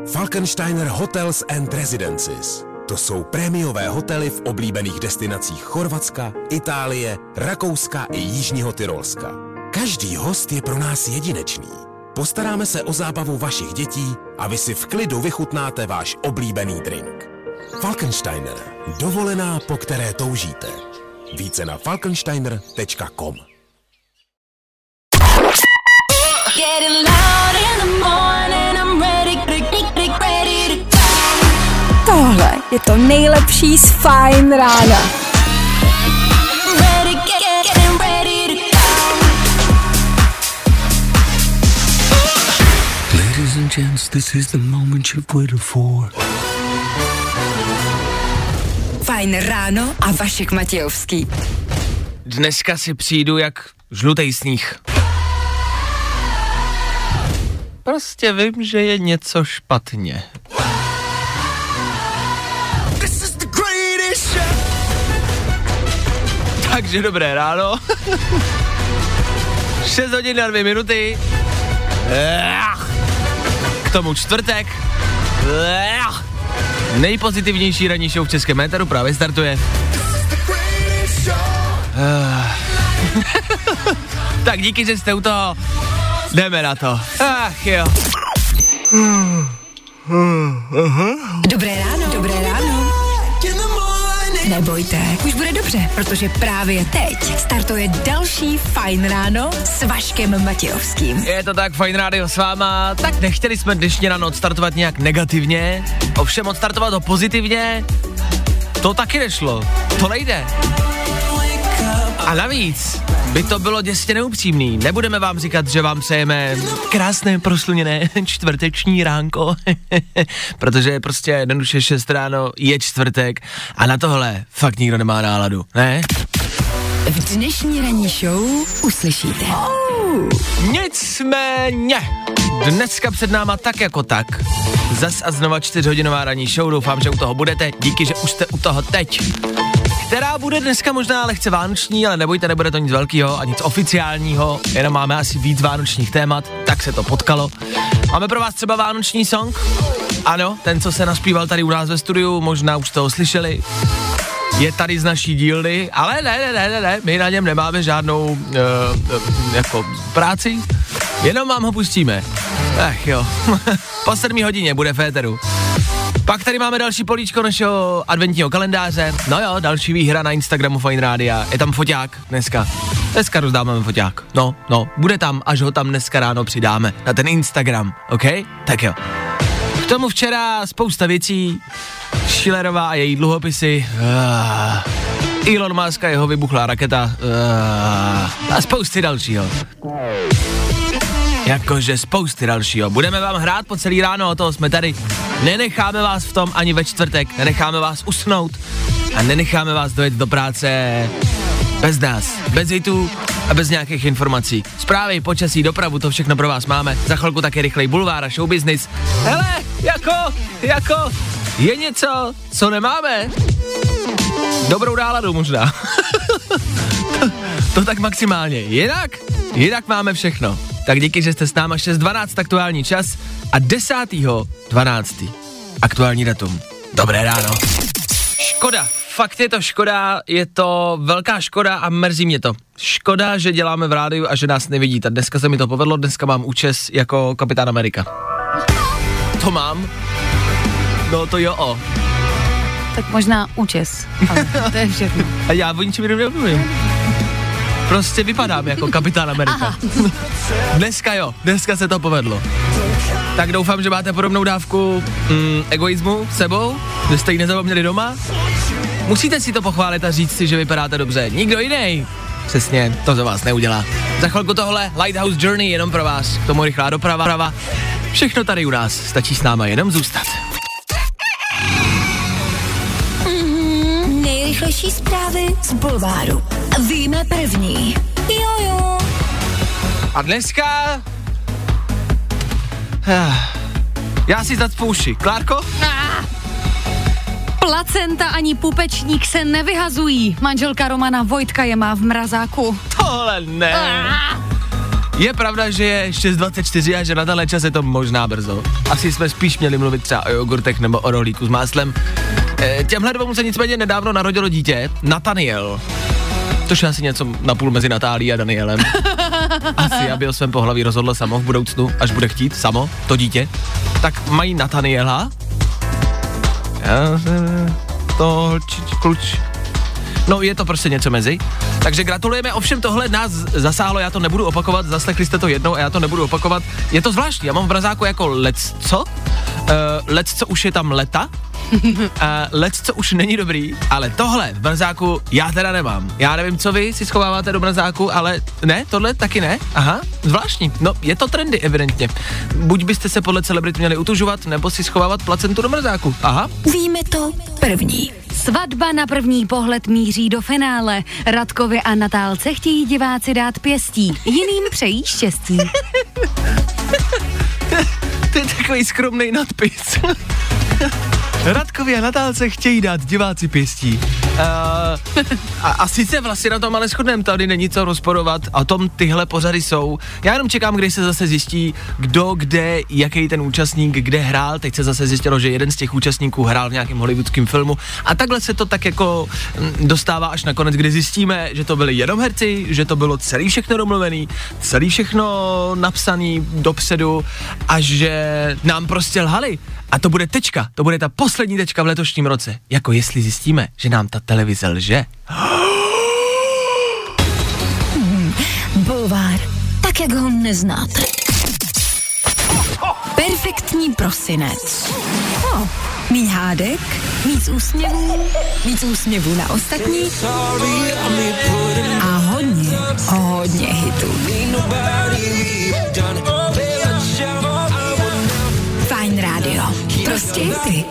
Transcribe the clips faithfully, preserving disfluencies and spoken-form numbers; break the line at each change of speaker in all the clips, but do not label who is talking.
Falkensteiner Hotels and Residences. To jsou prémiové hotely v oblíbených destinacích Chorvatska, Itálie, Rakouska i Jižního Tyrolska. Každý host je pro nás jedinečný. Postaráme se o zábavu vašich dětí a vy si v klidu vychutnáte váš oblíbený drink. Falkensteiner. Dovolená, po které toužíte. Více na falkensteiner tečka com.
Tohle je to nejlepší z Fajn rána.
Ladies and gents, this is the moment you've waited for.
Fajn ráno a Vašek Matějovský.
Dneska si přijdu jak žlutej sníh. Prostě vím, že je něco špatně. Takže dobré ráno. šest hodin a dvě minuty. K tomu čtvrtek. Nejpozitivnější ranní show v českém éteru právě startuje. Tak díky, že jste u toho. Jdeme na to. Ach jo.
Dobré ráno. Dobré ráno. Nebojte, už bude dobře, protože právě teď startuje další Fajn ráno s Vaškem Matějovským.
Je to tak, Fajn rádio s váma. Tak nechtěli jsme dnešní ráno odstartovat nějak negativně, ovšem odstartovat ho pozitivně, to taky nešlo, to nejde. A navíc by to bylo děsně neupřímný. Nebudeme vám říkat, že vám přejeme krásné prosluněné čtvrteční ránko, protože prostě jednoduše šest ráno je čtvrtek a na tohle fakt nikdo nemá náladu, ne?
V dnešní ranní show uslyšíte. Oh.
Nicméně, dneska před náma tak jako tak. Zas a znova čtyřhodinová ranní show, doufám, že u toho budete, díky, že už jste u toho teď. Která bude dneska možná lehce vánoční, ale nebojte, nebude to nic velkého a nic oficiálního, jenom máme asi víc vánočních témat, tak se to potkalo. Máme pro vás třeba vánoční song? Ano, ten, co se naspíval tady u nás ve studiu, možná už toho slyšeli. Je tady z naší dílny, ale ne, ne, ne, ne, ne, my na něm nemáme žádnou uh, uh, jako práci, jenom vám ho pustíme. Ach jo, po sedmé hodině bude v éteru. Pak tady máme další políčko našeho adventního kalendáře. No jo, další výhra na Instagramu Fajn rádia. Je tam foťák dneska. Dneska rozdáváme foťák. No, no, bude tam, až ho tam dneska ráno přidáme. Na ten Instagram, OK? Tak jo. K tomu včera spousta věcí. Schillerová a její dluhopisy. Uh, Elon Musk a jeho vybuchlá raketa. Uh, a spousty dalšího. Jakože spousty dalšího. Budeme vám hrát po celý ráno, o toho jsme tady. Nenecháme vás v tom ani ve čtvrtek, nenecháme vás usnout a nenecháme vás dojet do práce bez nás, bez hitů a bez nějakých informací. Zprávy, počasí, dopravu, to všechno pro vás máme. Za chvilku taky rychlej bulvár a show business. Hele, jako, jako, je něco, co nemáme? Dobrou náladu možná. to, to tak maximálně. Jinak, jinak máme všechno. Tak díky, že jste s náma. Šest dvanáct aktuální čas a desátého dvanáctého aktuální datum. Dobré ráno. Škoda, fakt je to škoda, je to velká škoda a mrzí mě to. Škoda, že děláme v rádiu a že nás nevidíte. Dneska se mi to povedlo, dneska mám účes jako kapitán Amerika. To mám? No to jo. O.
Tak možná účes, ale to je všechno.
A já o ničem nevím. Prostě vypadám jako kapitán Amerika. Dneska jo, dneska se to povedlo. Tak doufám, že máte podobnou dávku mm, egoismu s sebou, že jste ji nezapomněli doma. Musíte si to pochválit a říct si, že vypadáte dobře. Nikdo jiný. Přesně, to za vás neudělá. Za chvilku tohle Lighthouse Journey jenom pro vás. K tomu rychlá doprava. Prava. Všechno tady u nás. Stačí s náma jenom zůstat.
Mm-hmm, nejrychlejší zprávy z bulváru. Víme první. Jojo.
A dneska... Já si zacpu uši. Klárko?
Ah. Placenta ani pupečník se nevyhazují. Manželka Romana Vojtka je má v mrazáku.
Tohle ne.
Ah.
Je pravda, že je šest dvacet čtyři a že na tenhle čas je to možná brzo. Asi jsme spíš měli mluvit třeba o jogurtech nebo o rohlíku s máslem. E, těmhle dvou se nicméně nedávno narodilo dítě, Nathaniel. Což je asi něco napůl mezi Natálií a Danielem. Asi, aby o svém pohlaví rozhodl samo v budoucnu, až bude chtít samo, to dítě. Tak mají Nathaniela. Já to kluč. No, je to prostě něco mezi. Takže gratulujeme, ovšem tohle nás zasáhlo, já to nebudu opakovat, zaslechli jste to jednou a já to nebudu opakovat. Je to zvláštní, já mám v mrazáku jako lec co? Uh, lec co už je tam leta? Uh, lec co už není dobrý, ale tohle v mrazáku já teda nemám. Já nevím, co vy si schováváte do mrazáku, ale ne, tohle taky ne? Aha, zvláštní. No, je to trendy evidentně. Buď byste se podle celebrit měli utužovat, nebo si schovávat placentu do mrazáku. Aha.
Víme to první.
Svatba na první pohled míří do finále. Radkovi a Natálce chtějí diváci dát pěstí, jiným přejí štěstí.
To je takový skromný nadpis. Radkovi a Natálce chtějí dát diváci pěstí. Uh, a, a sice vlastně na tom ale shodneme, tady není co rozporovat, a tom tyhle pořady jsou. Já jenom čekám, kdy se zase zjistí, kdo, kde, jaký ten účastník, kde hrál. Teď se zase zjistilo, že jeden z těch účastníků hrál v nějakém hollywoodském filmu a takhle se to tak jako dostává až nakonec, kdy zjistíme, že to byli jenom herci, že to bylo celý všechno domluvený, celý všechno napsaný dopředu a že nám prostě lhali. A to bude tečka, to bude ta poslední tečka v letošním roce. Jako jestli zjistíme, že nám ta televize lže.
Hmm, bulvár, tak jak ho neznáte. Perfektní prosinec. No, míň hádek, víc úsměvů, víc úsměvů na ostatní a hodně, hodně hitů. Fajn rádio. Prostě hity.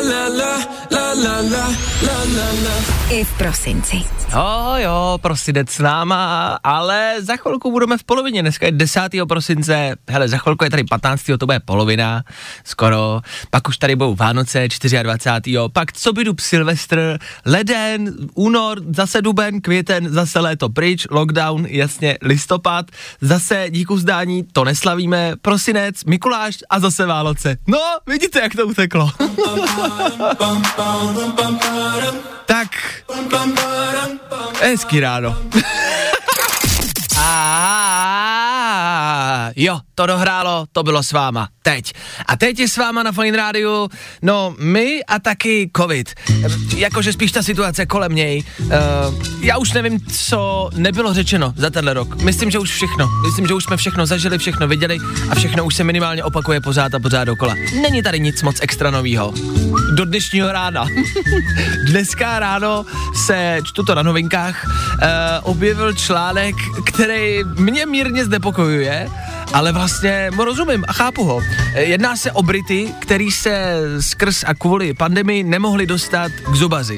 I v prosinci.
Jo, jo, prosinec s náma, ale za chvilku budeme v polovině. Dneska je desátého prosince, hele, za chvilku je tady patnáctého to bude polovina, skoro. Pak už tady budou Vánoce, dvacátého čtvrtého Pak co by dub Silvestr, leden, únor, zase duben, květen, zase léto pryč, lockdown, jasně, listopad, zase díku zdání, to neslavíme, prosinec, Mikuláš a zase Vánoce. No, vidíte, jak to uteklo. Tak, hezký ráno. A jo, to dohrálo, to bylo s váma, teď. A teď je s váma na Fajn rádiu, no my a taky covid. Jakože spíš ta situace kolem něj. Uh, já už nevím, co nebylo řečeno za tenhle rok. Myslím, že už všechno. Myslím, že už jsme všechno zažili, všechno viděli a všechno už se minimálně opakuje pořád a pořád dokola. Není tady nic moc extra novýho. Do dnešního rána. Dneska ráno se, čtu to na novinkách, uh, objevil článek, který mě mírně znepokojuje, ale vlastně mu rozumím a chápu ho. Jedná se o Brity, který se skrz a kvůli pandemii nemohli dostat k zubaři.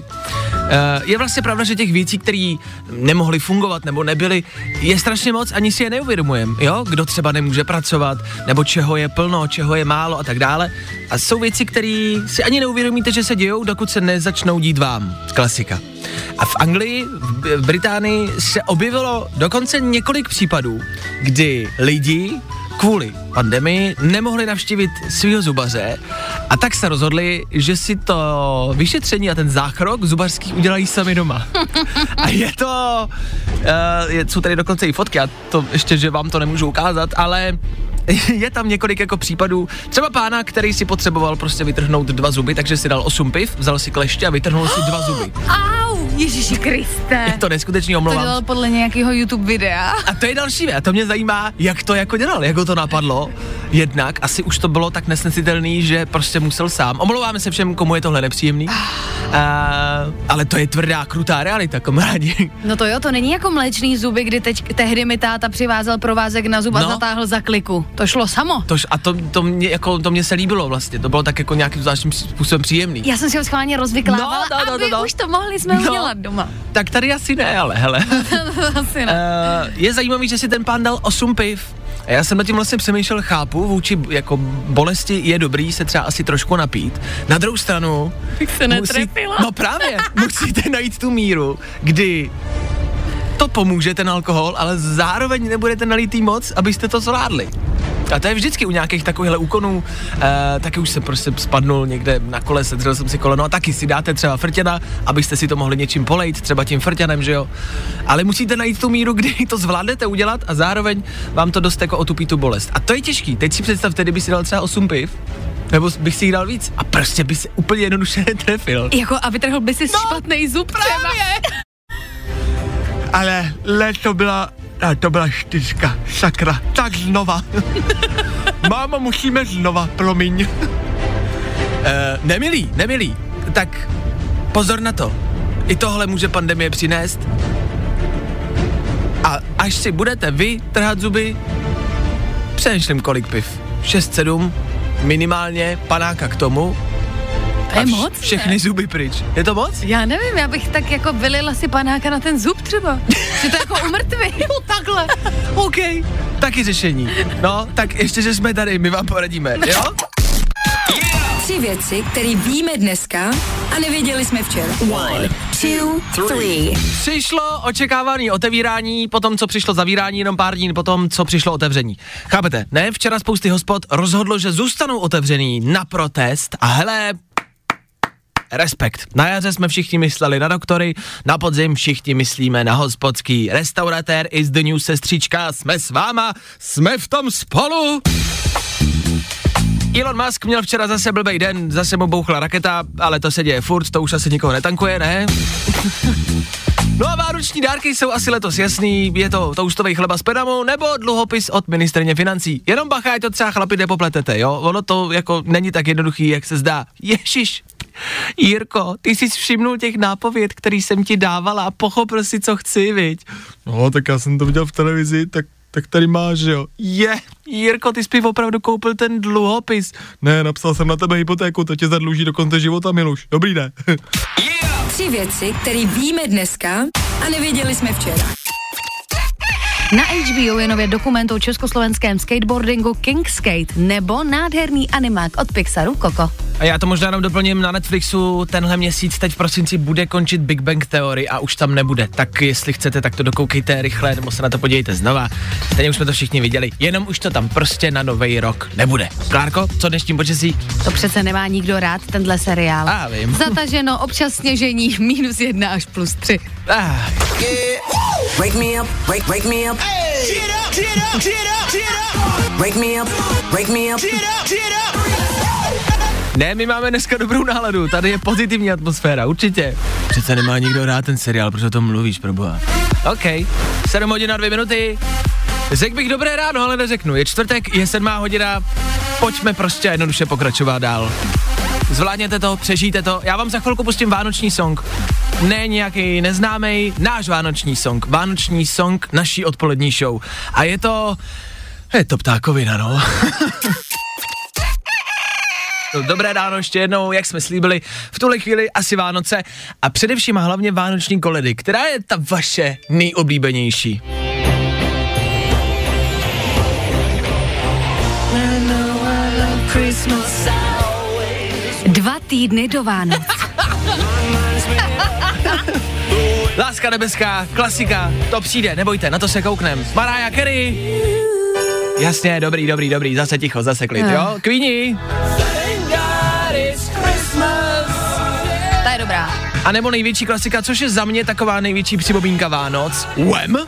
Je vlastně pravda, že těch věcí, které nemohly fungovat nebo nebyly, je strašně moc, ani si je neuvědomujeme, jo? Kdo třeba nemůže pracovat, nebo čeho je plno, čeho je málo a tak dále. A jsou věci, které si ani neuvědomíte, že se dějou, dokud se nezačnou dít vám. Klasika. A v Anglii, v Británii se objevilo dokonce několik případů, kdy lidi kvůli pandemii nemohli navštívit svýho zubaře a tak se rozhodli, že si to vyšetření a ten zákrok zubařský udělají sami doma. A je to, uh, je, jsou tady dokonce i fotky, já to ještě, že vám to nemůžu ukázat, ale je tam několik jako případů, třeba pána, který si potřeboval prostě vytrhnout dva zuby, takže si dal osm piv, vzal si kleště a vytrhnul si dva zuby.
Au, Ježiši Kriste.
Je to neskutečný, omlouvám.
To dělal podle nějakého YouTube videa.
A to je další věc, a to mě zajímá, jak to jako dělal, jak ho to napadlo. Jednak asi už to bylo tak nesnesitelný, že prostě musel sám. Omlouváme se všem, komu je tohle nepříjemný. A, ale to je tvrdá, krutá realita, kamarádi.
No to jo, to není jako mléčný zuby, kdy teď, tehdy mi táta přivázel provázek na zub a
no.
zatáhl za kliku. To šlo samo.
Tož, a to, to, mě, jako, to mě se líbilo vlastně, to bylo tak jako nějakým zvláštním způsobem příjemný.
Já jsem si ho schválně rozvyklávala,
no, no, no,
aby
no, no.
už to mohli jsme no. udělat doma.
Tak tady asi ne, ale hele.
asi ne.
Uh, je zajímavý, že si ten pán dal osm piv. A já jsem nad tím vlastně přemýšlel, chápu, vůči jako bolesti je dobrý se třeba asi trošku napít. Na druhou stranu...
Bych se netrefila.
No právě, musíte najít tu míru, kdy to pomůže ten alkohol, ale zároveň nebudete nalitý moc, abyste to zvládli. A to je vždycky u nějakých takovýchhle úkonů, e, taky už jsem prostě spadnul někde na kole, sedřel jsem si koleno a taky si dáte třeba frťana, abyste si to mohli něčím polejt, třeba tím frťanem, že jo. Ale musíte najít tu míru, kdy to zvládnete udělat a zároveň vám to dost jako otupí tu bolest. A to je těžký. Teď si představte, kdyby si dal třeba osm piv, nebo bych si jich dal víc a prostě by se úplně jednoduše netrefil.
Jako a vytrhl by si no, špatný zub třeba.
Ale le to byla, a to byla čtyřka, sakra, tak znova. Mámo, musíme znova, promiň. uh, nemilý, nemilý, tak pozor na to. I tohle může pandemie přinést. A až si budete vy trhat zuby, přemýšlím kolik piv. šest sedm minimálně, panáka k tomu.
To je moc,
všechny
ne?
zuby pryč. Je to moc?
Já nevím, já bych tak jako vylila si panáka na ten zub třeba. Že to jako umrtví. Jo, takhle.
OK, taky řešení. No, tak ještě, že jsme tady, my vám poradíme, jo?
Yeah! Tři věci, které víme dneska a nevěděli jsme včera. One, two, three.
Přišlo očekávané otevírání, potom co přišlo zavírání, jenom pár dní potom, co přišlo otevření. Chápete, ne? Včera spousty hospod rozhodlo, že zůstanou otevřený na protest a hele, respekt. Na jaře jsme všichni mysleli na doktory, na podzim všichni myslíme na hospodský. Restauratér is the new sestřička, jsme s váma, jsme v tom spolu. Elon Musk měl včera zase blbej den, zase mu bouchla raketa, ale to se děje furt, to už asi nikoho netankuje, ne? No a vánoční dárky jsou asi letos jasný, je to toustový chleba s pedamou nebo dluhopis od ministryně financí. Jenom bacha, ať to třeba chlapi nepopletete, jo? Ono to jako není tak jednoduchý, jak se zdá. Ježiš, Jirko, ty jsi všimnul těch nápověd, který jsem ti dávala a pochopil si, co chci, viď?
No, tak já jsem to viděl v televizi, tak, tak tady máš, jo.
Je, Jirko, ty jsi opravdu koupil ten dluhopis.
Ne, napsal jsem na tebe hypotéku, to tě zadluží do konce života, Miluš. Dobrý den.
Yeah! Tři věci, které víme dneska a nevěděli jsme včera.
Na H B O je nově dokument o československém skateboardingu King Skate nebo nádherný animák od Pixaru Coco.
A já to možná jenom doplním, na Netflixu tenhle měsíc teď v prosinci bude končit Big Bang Theory a už tam nebude. Tak jestli chcete, tak to dokoukejte rychle nebo se na to podívejte znova. Teď už jsme to všichni viděli, jenom už to tam prostě na nový rok nebude. Klárko, co dnešním počasí?
To přece nemá nikdo rád, tenhle seriál.
A vím.
Zataženo, občas sněžení, minus jedna až plus tři.
Ah.
Wake me up, wake, wake me up. Hey. Get up, get up, get up, get up. Wake me up, wake me up. Get up, get up.
Ne, my máme dneska dobrou náladu, tady je pozitivní atmosféra, určitě. Přece nemá nikdo rád ten seriál, proč o tom mluvíš, proboha. OK, sedm hodin a dvě minuty. Řekl bych dobré ráno, ale neřeknu. Je čtvrtek, je sedmá hodina, pojďme prostě jednoduše pokračovat dál. Zvládněte to, přežijte to. Já vám za chvilku pustím vánoční song. Ne nějaký neznámej, náš vánoční song. Vánoční song naší odpolední show. A je to... Je to ptákovina, no. Dobré ráno ještě jednou, jak jsme slíbili, v tuhle chvíli asi Vánoce a především a hlavně vánoční koledy. Která je ta vaše nejoblíbenější?
Dva týdny do Vánoc.
Láska nebeská, klasika, to přijde, nebojte, na to se kouknem. Mariah Carey. Jasně, dobrý, dobrý, dobrý, zase ticho, zase klid, jo? Queenie.
Ta je dobrá.
A nebo největší klasika, což je za mě taková největší připomínka Vánoc. Wham?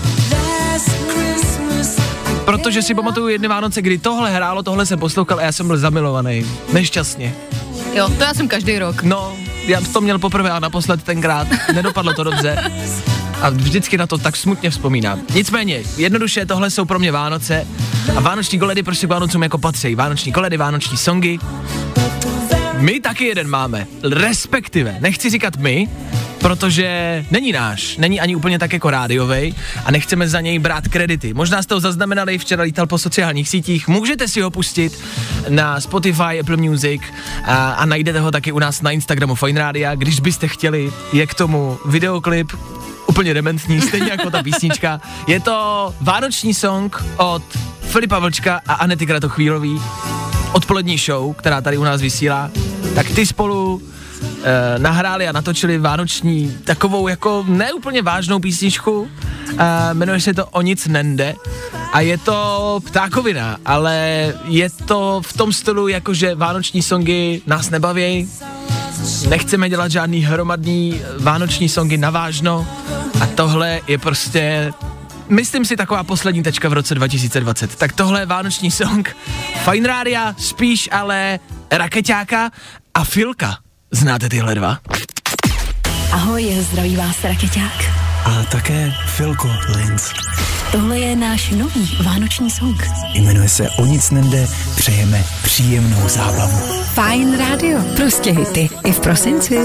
Protože si pamatuju jedny Vánoce, kdy tohle hrálo, tohle jsem poslouchal a já jsem byl zamilovaný. Nešťastně.
Jo, to já jsem každý rok.
No, já jsem to měl poprvé a naposled tenkrát. Nedopadlo to dobře. A vždycky na to tak smutně vzpomínám. Nicméně, jednoduše, tohle jsou pro mě Vánoce a vánoční koledy prostě k Vánocům jako patří. Vánoční koledy, vánoční songy. My taky jeden máme, respektive, nechci říkat my, protože není náš, není ani úplně tak jako rádiovej a nechceme za něj brát kredity. Možná jste ho zaznamenali, včera lítal po sociálních sítích, můžete si ho pustit na Spotify, Apple Music a, a najdete ho taky u nás na Instagramu Fine Rádia, když byste chtěli, je k tomu videoklip, úplně dementní, stejně jako ta písnička. Je to vánoční song od Filipa Vlčka a Anety Kratochvílový, odpolední show, která tady u nás vysílá, tak ty spolu e, nahráli a natočili vánoční takovou jako neúplně vážnou písničku, e, jmenuje se to O nic nende a je to ptákovina, ale je to v tom stylu, jakože vánoční songy nás nebaví, nechceme dělat žádný hromadný vánoční songy navážno a tohle je prostě, myslím si, taková poslední tečka v roce dva tisíce dvacet. Tak tohle je vánoční song Fajn rádia, spíš ale Rakeťáka a Filka. Znáte tyhle dva?
Ahoj, zdraví vás Rakeťák.
A také Filko Linz.
Tohle je náš nový vánoční song.
Jmenuje se O nic nende, přejeme příjemnou zábavu.
Fajn rádio, prostě hity i v prosinci.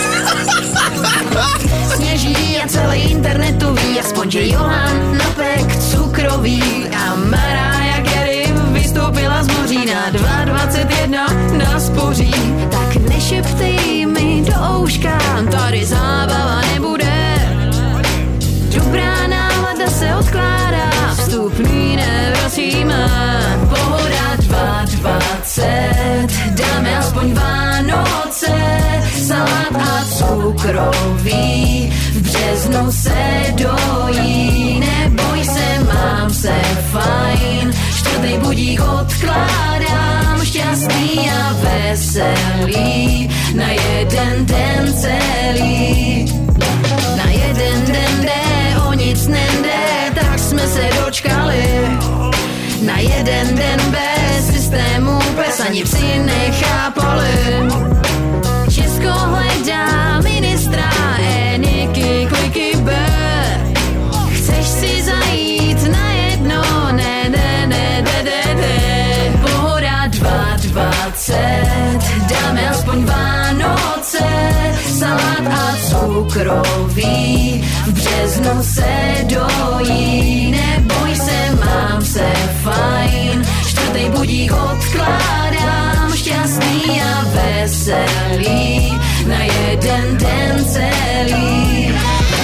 Sněží a celý internetový, aspoň že Johan napek cukrový a Mariah Carey vystoupila z moří na dva dvacet jedna na spoří. Tak nešeptej mi do ouška, tady zábava nebude. Dobrá nálada se odkládá, vstupný nevracíme. Pohoda dva dvacet, dáme aspoň Vánoce, salát a cukroví, v březnu se dojí. Neboj se, mám se fajn, čtvrtý budík odkládám, šťastný a veselý, na jeden den celý. Na jeden den jde, o nic nende, tak jsme se dočkali. Na jeden den bez systému, bez ani psi nechápali. Česko hledá ministra, Eniky, kliky B. Chceš si zajít na jedno, ne, ne, ne, de, de, de. Pohoda dva dvacet, dáme aspoň Vánoce, salát a cukroví, v březnu se dojí. Neboj se, mám se fajn, čtvrtý budík odkládám, šťastný a veselý, na jeden den celý.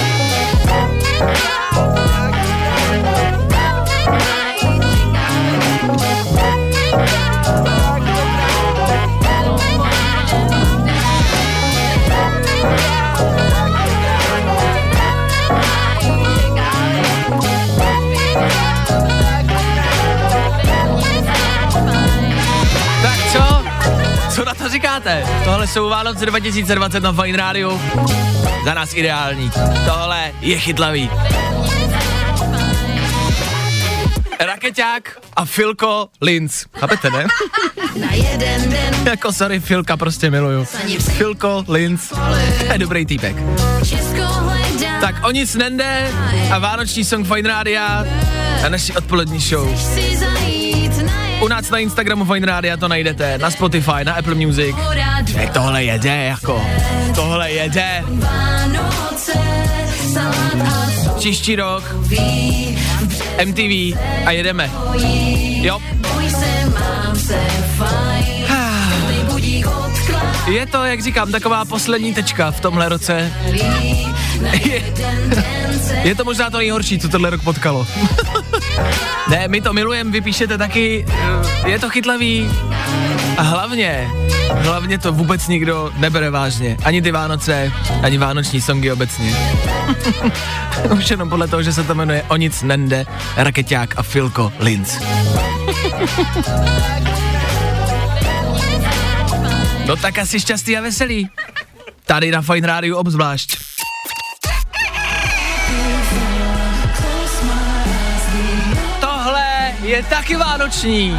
Co na to říkáte? Tohle jsou Vánoce dva tisíce dvacet na Fajn rádiu. Za nás ideální. Tohle je chytlavý. Rakeťák a Filko Linz. Chápete, ne? Jako sorry, Filka prostě miluju. Filko Linz. To je dobrý týpek. Tak O nic nende a vánoční song Fajn rádia a naši odpolední show. U nás na Instagramu Fajn rádia to najdete, na Spotify, na Apple Music. Jak tohle jede, jako. Tohle jede. Příští rok M T V a jedeme. Jo. Je to, jak říkám, taková poslední tečka v tomhle roce. Je, je to možná to nejhorší, co tenhle rok potkalo. Ne, my to milujeme, vy píšete taky, je to chytlavý a hlavně, hlavně to vůbec nikdo nebere vážně. Ani ty Vánoce, ani vánoční songy obecně. Už jenom podle toho, že se to jmenuje O nic nende, Rakeťák a Filko Linz. No tak asi šťastný a veselý. Tady na Fajn rádiu obzvlášť. Tohle je taky vánoční.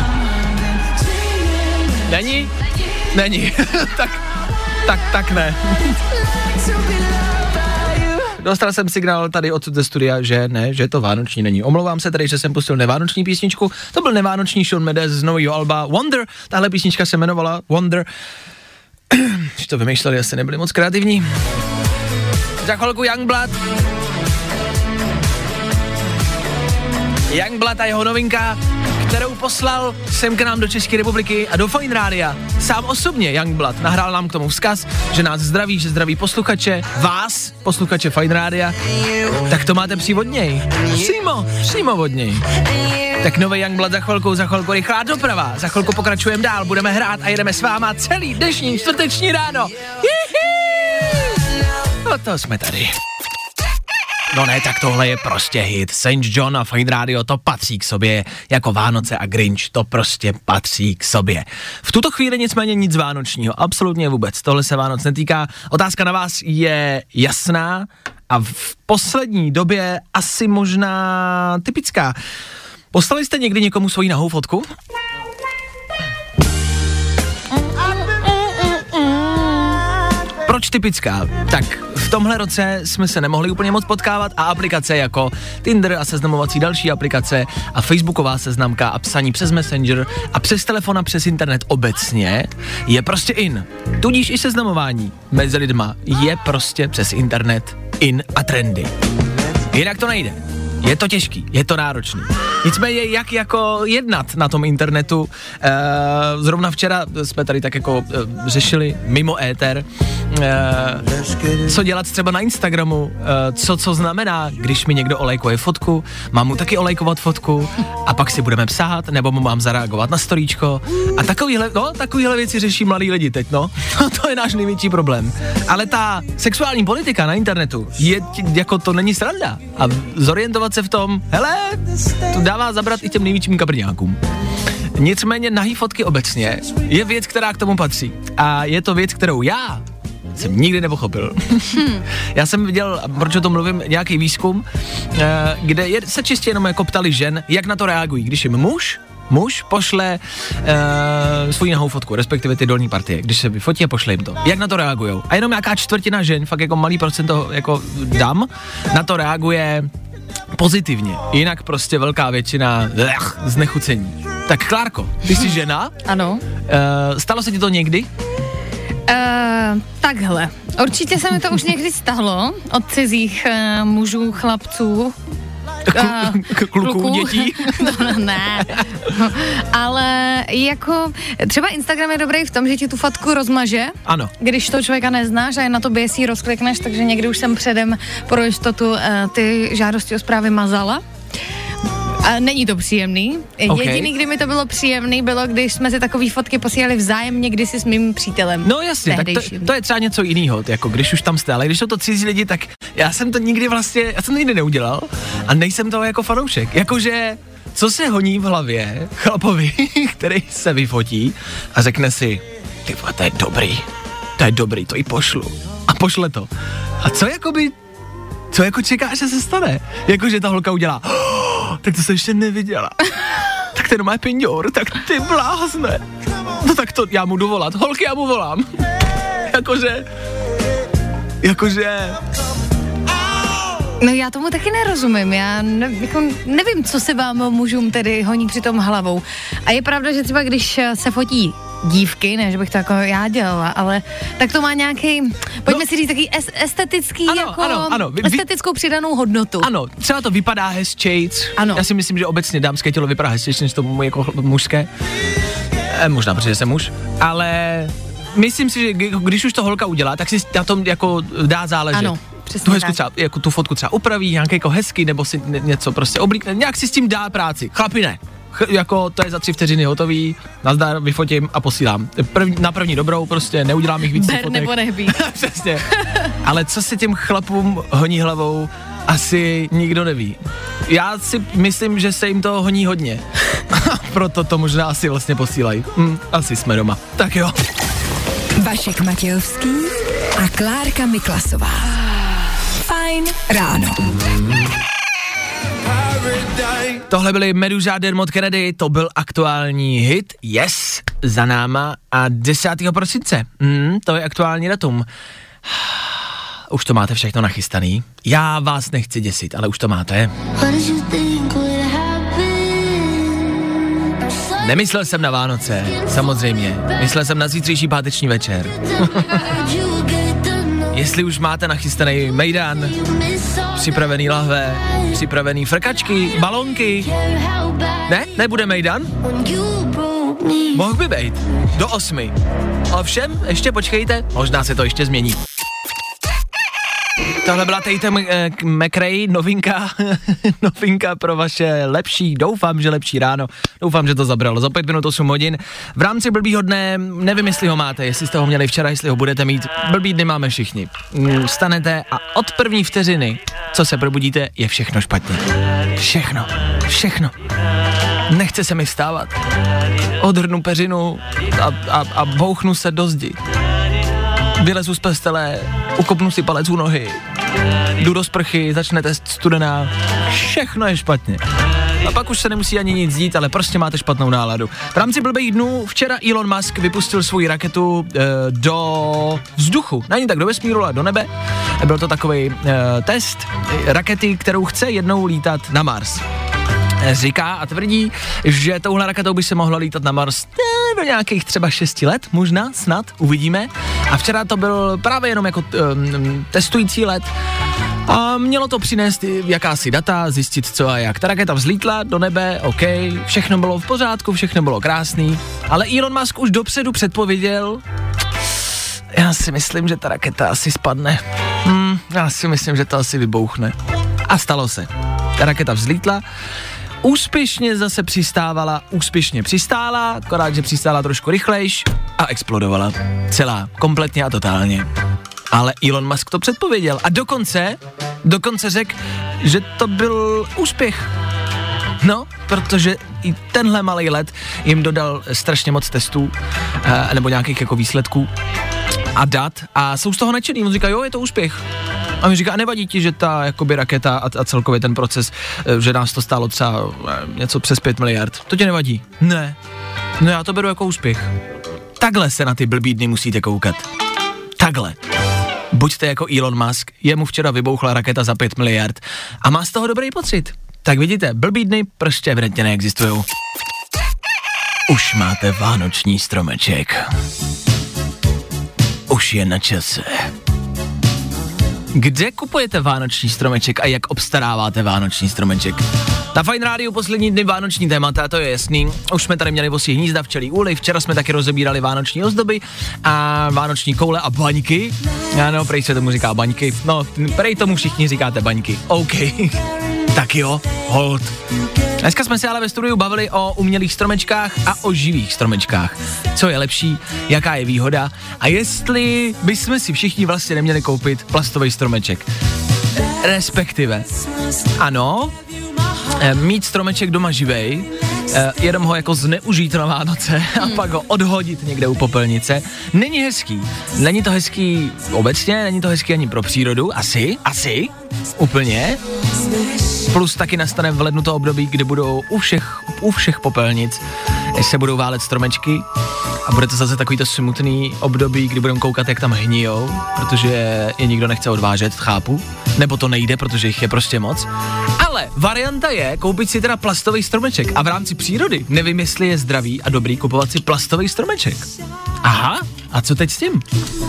Není? Není. tak, tak, tak ne. Dostal jsem signál tady od ze studia, že ne, že to vánoční není. Omlouvám se tady, že jsem pustil nevánoční písničku. To byl nevánoční Shawn Mendes z nového alba Wonder. Tahle písnička se jmenovala Wonder. Když to vymýšleli, asi nebyli moc kreativní. Za chvilku Youngblood. Youngblood a jeho novinka, kterou poslal sem k nám do České republiky a do Fajn rádia. Sám osobně Youngblood nahrál nám k tomu vzkaz, že nás zdraví, že zdraví posluchače, vás, posluchače Fajn rádia, tak to máte při od něj. Přímo, přímo od něj. Tak nový Youngblood za chvilku, za chvilku rychlá doprava, za chvilku pokračujeme dál, budeme hrát a jedeme s váma celý dnešní čtvrteční ráno. Hihi! No to jsme tady. No ne, tak tohle je prostě hit. Saint John a Fine Radio, to patří k sobě, jako Vánoce a Grinch, to prostě patří k sobě. V tuto chvíli nicméně nic vánočního, absolutně vůbec, tohle se Vánoc netýká. Otázka na vás je jasná a v poslední době asi možná typická. Poslali jste někdy někomu svoji nahou fotku? Proč typická? Tak v tomhle roce jsme se nemohli úplně moc potkávat a aplikace jako Tinder a seznamovací další aplikace a facebooková seznamka a psaní přes Messenger a přes telefon a přes internet obecně je prostě in. Tudíž i seznamování mezi lidma je prostě přes internet in a trendy. Jinak to nejde. Je to těžký, je to náročný. Nicméně jak jako jednat na tom internetu, e, zrovna včera jsme tady tak jako e, řešili mimo éter, e, co dělat třeba na Instagramu, e, co co znamená, když mi někdo olejkuje fotku, mám mu taky olejkovat fotku a pak si budeme psát, nebo mu mám zareagovat na storíčko a takovýhle, no, takovýhle věci řeší mladí lidi teď, no. To je náš největší problém. Ale ta sexuální politika na internetu je jako to není sranda a zorientovat se v tom, hele, to dává zabrat i těm největším kabrňákům. Nicméně nahý fotky obecně je věc, která k tomu patří. A je to věc, kterou já jsem nikdy nepochopil. Já jsem viděl, proč o tom mluvím, nějaký výzkum, kde je, se čistě jenom jako ptali žen, jak na to reagují, když jim muž Muž pošle uh, svoji nahou fotku, respektive ty dolní partie, když se vyfotí a pošle jim to. Jak na to reagujou? A jenom nějaká čtvrtina žen, fakt jako malý procento jako dam, na to reaguje pozitivně. Jinak prostě velká většina ech, znechucení. Tak Klárko, ty jsi žena?
Ano.
Uh, stalo se ti to někdy?
Uh, takhle. Určitě se mi to už někdy stalo od cizích uh, mužů, chlapců. Uh,
kluků, dětí?
No, no, ne. Ale jako třeba Instagram je dobrý v tom, že ti tu fotku rozmaže.
Ano.
Když to člověka neznáš a na to běsí rozklikneš, takže někdy už jsem předem pro jistotu uh, ty žádosti o zprávy mazala. A není to příjemný. Okay. Jediný, kdy mi to bylo příjemný, bylo, když jsme si takový fotky posílali vzájemně kdysi s mým přítelem.
No jasně, tak to, to je třeba něco jiného, jako když už tam jste, ale když jsou to cizí lidi, tak já jsem to nikdy vlastně, já jsem to nikdy neudělal a nejsem toho jako fanoušek. Jakože, co se honí v hlavě chlapovi, který se vyfotí a řekne si, ty vole, to je dobrý, to je dobrý, to i pošlu. A pošle to. A co jakoby, co jako čeká, že se stane? Jakože ta holka udělá, oh, tak to se ještě neviděla. Tak ten má pinďor, tak ty blázne. No tak to, já mu jdu volat, holky, já mu volám. Jakože, jakože...
No já tomu taky nerozumím, já ne, jako nevím, co se vám mužům tedy honí při tom hlavou. A je pravda, že třeba když se fotí dívky, ne, že bych to jako já dělala, ale tak to má nějaký, pojďme no, si říct, taký es, estetický, ano, jako ano, ano, vy, estetickou přidanou hodnotu.
Ano, třeba to vypadá hezčejc.
Ano.
Já si myslím, že obecně dámské tělo vypadá hezčejc, než to jako mužské. E, možná, protože jsem muž, ale myslím si, že když už to holka udělá, tak si na tom jako dá záležet.
Ano.
Tu, hezku třeba, jako tu fotku třeba upraví, nějaký jako hezky, nebo si něco prostě oblíkne, nějak si s tím dá práci. Chlapi ne. Ch- jako to je za tři vteřiny hotový, nazdar, vyfotím a posílám. První, na první dobrou prostě, neudělám jich víc
Ber
fotek.
nebo nehbí.
Přesně. Ale co se těm chlapům honí hlavou, asi nikdo neví. Já si myslím, že se jim to honí hodně. Proto to možná asi vlastně posílají. Hm, asi jsme doma. Tak jo.
Vašek Matějovský a Klárka Miklasová. Fajn ráno.
Tohle byly Meduza, Dermot Kennedy, to byl aktuální hit, yes, za náma a desátého prosince, mm, to je aktuální datum. Už to máte všechno nachystaný? Já vás nechci děsit, ale už to máte. Nemyslel jsem na Vánoce, samozřejmě, myslel jsem na zítřejší páteční večer. Jestli už máte nachystaný mejdan, připravený lahve, připravený frkačky, balonky. Ne? Nebude mejdan? Mohl by být. Do osmi. Ovšem, ještě počkejte, možná se to ještě změní. Tohle byla Tate McRae, novinka, novinka pro vaše lepší, doufám, že lepší ráno, doufám, že to zabralo, za pět minut osm hodin. V rámci blbýho dne, nevím, jestli ho máte, jestli jste ho měli včera, jestli ho budete mít, blbý dny máme všichni. Vstanete a od první vteřiny, co se probudíte, je všechno špatně. Všechno, všechno. Nechce se mi vstávat. Odhrnu peřinu a, a, a bouchnu se do zdi. Vylezu z postele, ukopnu si palec u nohy, jdu do sprchy, začne test studená, všechno je špatně. A pak už se nemusí ani nic dít, ale prostě máte špatnou náladu. V rámci blbých dnů včera Elon Musk vypustil svoji raketu e, do vzduchu, není tak do vesmíru, ale do nebe. Byl to takový e, test rakety, kterou chce jednou lítat na Mars. Říká a tvrdí, že touhle raketou by se mohla lítat na Mars do nějakých třeba šesti let, možná, snad, uvidíme. A včera to byl právě jenom jako um, testující let a mělo to přinést jakási data, zjistit co a jak. Ta raketa vzlítla do nebe, OK, všechno bylo v pořádku, všechno bylo krásný, ale Elon Musk už dopředu předpověděl, já si myslím, že ta raketa asi spadne. Hmm, já si myslím, že to asi vybouchne. A stalo se. Ta raketa vzlítla, úspěšně zase přistávala, úspěšně přistála, akorát, že přistála trošku rychlejš a explodovala. Celá, kompletně a totálně. Ale Elon Musk to předpověděl a dokonce, dokonce řekl, že to byl úspěch. No, protože i tenhle malý let jim dodal strašně moc testů, eh, nebo nějakých jako výsledků a dat a jsou z toho nadšený. On říká, jo, je to úspěch. A mi říká, a nevadí ti, že ta jakoby raketa a, a celkově ten proces, že nás to stálo třeba něco přes pět miliard. To tě nevadí? Ne. No já to beru jako úspěch. Takhle se na ty blbý dny musíte koukat. Takhle. Buďte jako Elon Musk, jemu včera vybouchla raketa za pět miliard a má z toho dobrý pocit. Tak vidíte, blbý dny prostě evidentně neexistujou. Už máte vánoční stromeček. Už je na čase. Kde kupujete vánoční stromeček a jak obstaráváte vánoční stromeček? Na Fajn Rádiu poslední dny vánoční témata, to je jasný. Už jsme tady měli vosí hnízda, včelí úly, včera jsme taky rozebírali vánoční ozdoby a vánoční koule a baňky. Ano, prej se tomu říká baňky. No, prej tomu všichni říkáte baňky. OK. Tak jo, hold. Dneska jsme se ale ve studiu bavili o umělých stromečkách a o živých stromečkách. Co je lepší, jaká je výhoda a jestli bychom si všichni vlastně neměli koupit plastový stromeček. Respektive, ano, mít stromeček doma živej, jenom ho jako zneužít na Vánoce a pak ho odhodit někde u popelnice, není hezký. Není to hezký obecně, není to hezký ani pro přírodu, asi, asi, úplně. Plus taky nastane v lednu to období, kdy budou u všech, u všech popelnic se budou válet stromečky a bude to zase takový to smutný období, kdy budeme koukat, jak tam hnijou, protože je nikdo nechce odvážet, chápu, nebo to nejde, protože jich je prostě moc. Ale varianta je koupit si teda plastový stromeček a v rámci přírody nevím, jestli je zdravý a dobrý kupovat si plastový stromeček. Aha, a co teď s tím?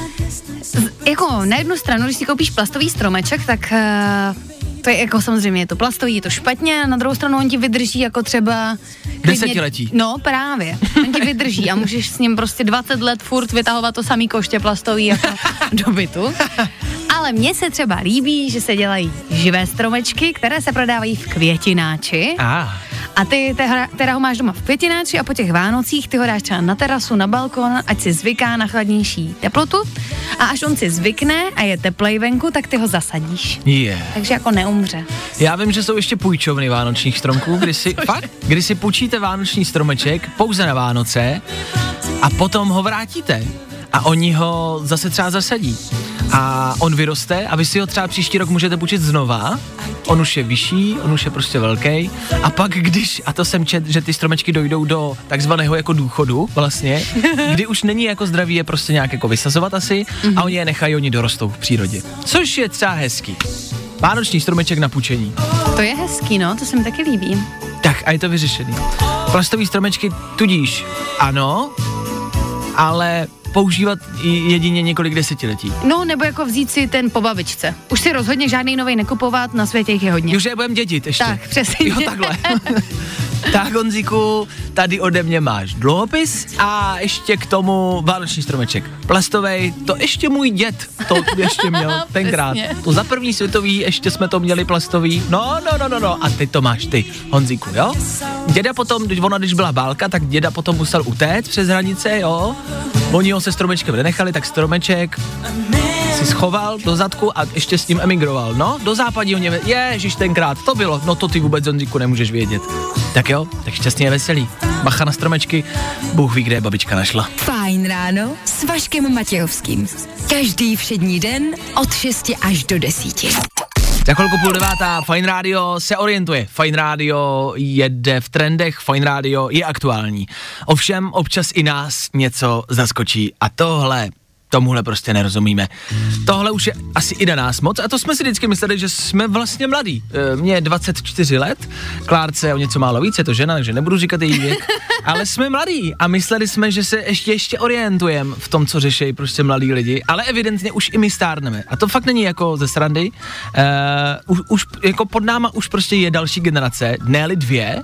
Jako na jednu stranu, když si koupíš plastový stromeček, tak uh, to je jako samozřejmě je to plastový, je to špatně, na druhou stranu on ti vydrží jako třeba
desetiletí.
No právě, on ti vydrží a můžeš s ním prostě dvacet let furt vytahovat to samý koště plastový jako do bytu. Ale mně se třeba líbí, že se dělají živé stromečky, které se prodávají v květináči.
Ah.
A ty teda ho máš doma v květináči a po těch Vánocích ty ho dáš třeba na terasu, na balkon, ať si zvyká na chladnější teplotu a až on si zvykne a je teplej venku, tak ty ho zasadíš.
Yeah.
Takže jako neumře.
Já vím, že jsou ještě půjčovny vánočních stromků, kdy si, fakt, kdy si půjčíte vánoční stromeček pouze na Vánoce a potom ho vrátíte a oni ho zase třeba zasadí. A on vyroste a vy si ho třeba příští rok můžete půjčit znova, on už je vyšší, on už je prostě velký a pak když, a to jsem čet, že ty stromečky dojdou do takzvaného jako důchodu vlastně, kdy už není jako zdravý je prostě nějak jako vysazovat asi mm-hmm. a oni je nechají, oni dorostou v přírodě. Což je třeba hezký. Vánoční stromeček na půjčení.
To je hezký, no, to se mi taky líbí.
Tak a je to vyřešený. Plastový stromečky tudíž ano, ale používat jedině několik desetiletí.
No, nebo jako vzít si ten po babičce. Už si rozhodně žádný novej nekupovat, na světě jich je hodně.
Už je budem dědit ještě.
Tak, přesně.
Jo, takhle. Tak Honzíku, tady ode mě máš dluhopis a ještě k tomu vánoční stromeček. Plastovej, to ještě můj děd to ještě měl tenkrát. To za první světový ještě jsme to měli plastový. No, no, no, no, no. A ty to máš ty, Honzíku, jo? Děda potom, když ona, když byla válka, tak děda potom musel utéct přes hranice, jo? Oni ho se stromečkem nenechali, tak stromeček si schoval do zadku a ještě s tím emigroval. No, do západního Německa. Ježiš, tenkrát to bylo. No to ty vůbec, Honzíku, nemůžeš vědět. Tak jo, tak šťastně je veselý. Bacha na stromečky, Bůh ví, kde je babička našla.
Fajn ráno s Vaškem Matějovským. Každý všední den od šesti až do desíti.
Za chvilku půl devátá, Fajn rádio se orientuje. Fajn rádio jede v trendech, Fajn rádio je aktuální. Ovšem občas i nás něco zaskočí a tohle, tomuhle prostě nerozumíme. Tohle už je asi i na nás moc a to jsme si vždycky mysleli, že jsme vlastně mladí. Mně je dvacet čtyři let, Klárce o něco málo víc, je to žena, takže nebudu říkat její věk, ale jsme mladí a mysleli jsme, že se ještě, ještě orientujeme v tom, co řeší prostě mladí lidi, ale evidentně už i my stárneme. A to fakt není jako ze srandy. Uh, už, už jako pod náma už prostě je další generace, ne-li dvě,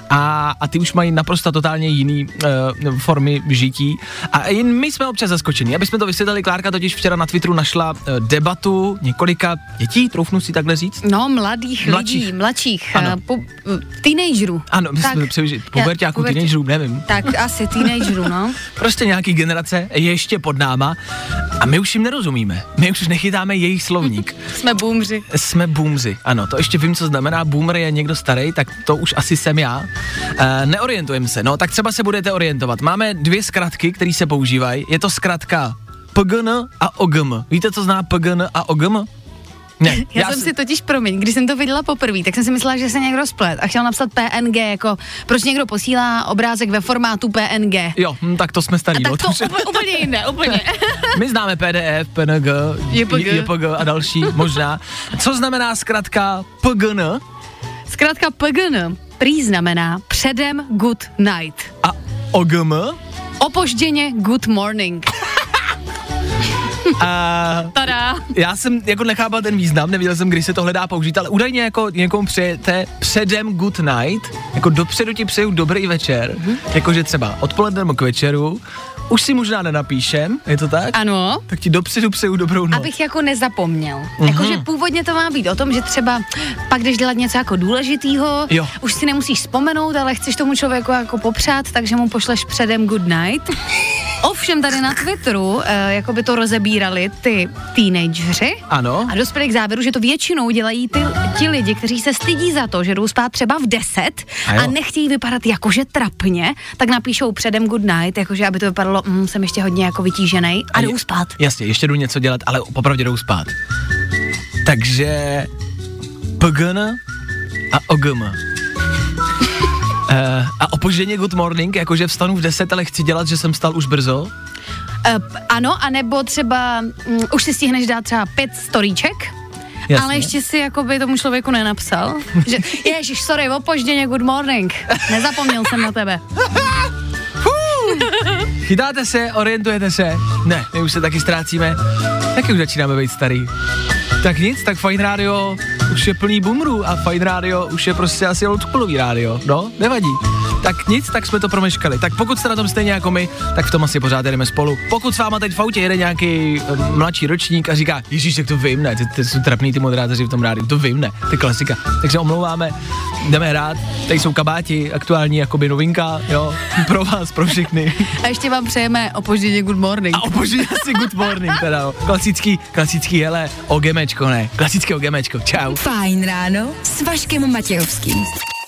A, a ty už mají naprosto totálně jiný uh, formy žití. A jen my jsme občas zaskočeni. Aby jsme to vysvětlili, Klárka totiž včera na Twitteru našla uh, debatu několika dětí, troufnu si takhle říct?
No, mladých mladších. lidí, mladších, uh, po, teenagerů.
Ano, my jsme převěřili, puberťáků, teenagerů, nevím.
Tak asi teenagerů, no.
Prostě nějaký generace je ještě pod náma a my už jim nerozumíme. My už nechytáme jejich slovník.
Jsme boomři.
Jsme boomři, ano, to ještě vím, co znamená. Boomer je někdo starý, tak to už asi jsem já. E, neorientujeme se, no tak třeba se budete orientovat. Máme dvě zkratky, které se používají. Je to zkratka P G N a O G M. Víte, co zná P G N a O G M? Ne,
já, já jsem si totiž, promiň, když jsem to viděla poprvé, tak jsem si myslela, že se někdo splet a chtěl napsat P N G, jako proč někdo posílá obrázek ve formátu P N G.
Jo, hm, tak to jsme starý.
A tak to úplně, úplně jiné, úplně.
My známe P D F, P N G, J P G a další, možná. Co znamená zkratka P G N?
Zkratka P G N prý znamená předem good night.
A O G M?
Opožděně good morning.
A
Tada.
Já jsem jako nechápal ten význam, nevěděl jsem, kdy se tohle dá použít, ale údajně jako někomu přejete předem good night, jako dopředu ti přeju dobrý večer, mm-hmm. jakože třeba odpoledne nebo k večeru, už si možná nenapíšem, je to tak?
Ano.
Tak ti dopředu přeju dobrou noc.
Abych jako nezapomněl. Mm-hmm. Jakože původně to má být o tom, že třeba pak jdeš dělat něco jako důležitýho, jo. Už si nemusíš vzpomenout, ale chceš tomu člověku jako popřát, takže mu pošleš předem good night. Ovšem tady na Twitteru uh, jako by to rozebírali ty teenageři.
Ano.
A dospěli k závěru, že to většinou dělají ty, ti lidi, kteří se stydí za to, že jdou spát třeba v deset a, a nechtějí vypadat jakože trapně, tak napíšou předem good night, jakože aby to vypadalo, mm, jsem ještě hodně jako vytížený a, a jdou spát.
Jasně, ještě jdu něco dělat, ale popravdě jdou spát. Takže P G N a O G M. Uh, a opožděně good morning, jakože vstanu v deset, ale chci dělat, že jsem vstal už brzo? Uh,
ano, anebo třeba um, už si stihneš dát třeba pět storíček, jasně. Ale ještě si jakoby tomu člověku nenapsal, že ježiš, sorry, opožděně good morning, nezapomněl jsem na tebe.
Chytáte se, orientujete se? Ne, my už se taky ztrácíme, taky už začínáme být starý. Tak nic, tak Fajn rádio už je plný boomerů a Fajn rádio už je prostě asi oldschoolový rádio, no, nevadí. Tak nic, tak jsme to promeškali. Tak pokud jste na tom stejně jako my, tak v tom asi pořád jedeme spolu. Pokud s váma teď v autě jede nějaký um, mladší ročník a říká, ježíš, tak to vím, ne, ty, ty jsou trapný ty moderátoři v tom rádiu, to vím, ne, to je klasika. Takže omlouváme, jdeme hrát, tady jsou kabáti, aktuální jakoby novinka, jo, pro vás, pro všechny.
A ještě vám přejeme opožděně good morning.
A opožděně asi good morning, teda jo. Klasický, klasický, hele, OGMčko, ne, klasické OGMčko, čau.
Fajn ráno s Vaškem Matějovským.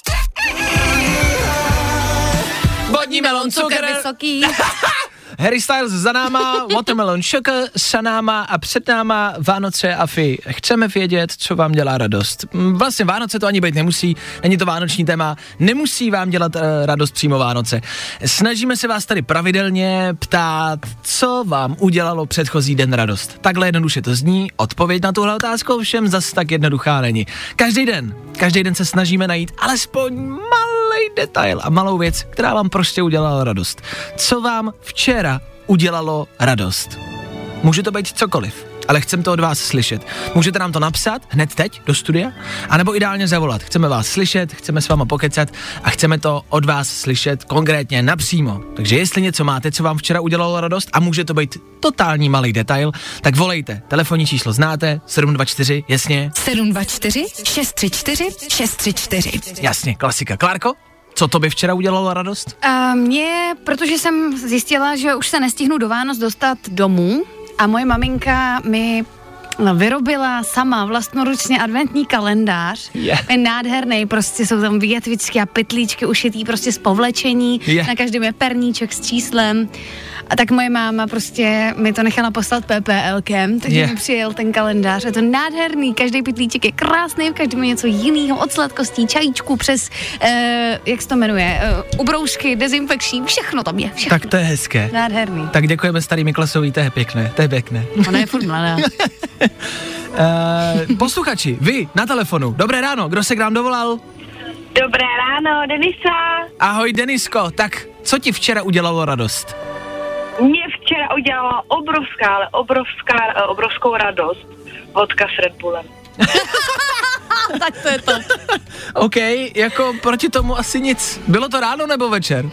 Vodní melon, cukr
vysoký.
Harry Styles za náma, Watermelon Sugar za náma a před náma Vánoce a Fi. Chceme vědět, co vám dělá radost. Vlastně Vánoce to ani být nemusí, není to vánoční téma, nemusí vám dělat uh, radost přímo Vánoce. Snažíme se vás tady pravidelně ptát, co vám udělalo předchozí den radost. Takhle jednoduše to zní, odpověď na tuhle otázku všem zas tak jednoduchá není. Každý den, každý den se snažíme najít alespoň malej detail a malou věc, která vám prostě udělala radost. Co vám včera udělalo radost? Může to být cokoliv. ale chceme to od vás slyšet. Můžete nám to napsat hned teď do studia, anebo ideálně zavolat. Chceme vás slyšet, chceme s váma pokecat a chceme to od vás slyšet konkrétně napřímo. Takže jestli něco máte, co vám včera udělalo radost a může to být totální malý detail, tak volejte. Telefonní číslo znáte, sedm dva čtyři, jasně.
sedm dva čtyři, šest tři čtyři, šest tři čtyři.
Jasně, klasika. Klárko, co tobě včera udělalo radost?
Uh, mě, protože jsem zjistila, že už se nestihnu do Vánoc dostat domů a moje maminka mi vyrobila sama vlastnoručně adventní kalendář.
Yeah.
Je nádherný, prostě jsou tam větvičky a pytlíčky ušitý prostě z povlečení.
Yeah.
Na každém je perníček s číslem. A tak moje máma prostě mi to nechala poslat PPLkem, takže
Yeah.
mi přijel ten kalendář. Je to nádherný, každý pytlíček je krásný, v každém je něco jiného, od sladkostí, čajíčku přes, uh, jak se to jmenuje, uh, ubroušky, dezinfekční, všechno tam je, všechno.
Tak to je hezké.
Nádherný.
Tak děkujeme starý Miklasový, to je pěkné, to je pěkné.
Ona je furt mladá.
Uh, posluchači, vy na telefonu, dobré ráno, kdo se k nám dovolal?
Dobré ráno, Denisa.
Ahoj Denisko, tak co ti včera udělalo radost?
Mě včera udělala obrovská, ale obrovská, obrovskou radost vodka s Red Bullem.
Tak to je to.
OK, jako proti tomu asi nic. Bylo to ráno nebo večer?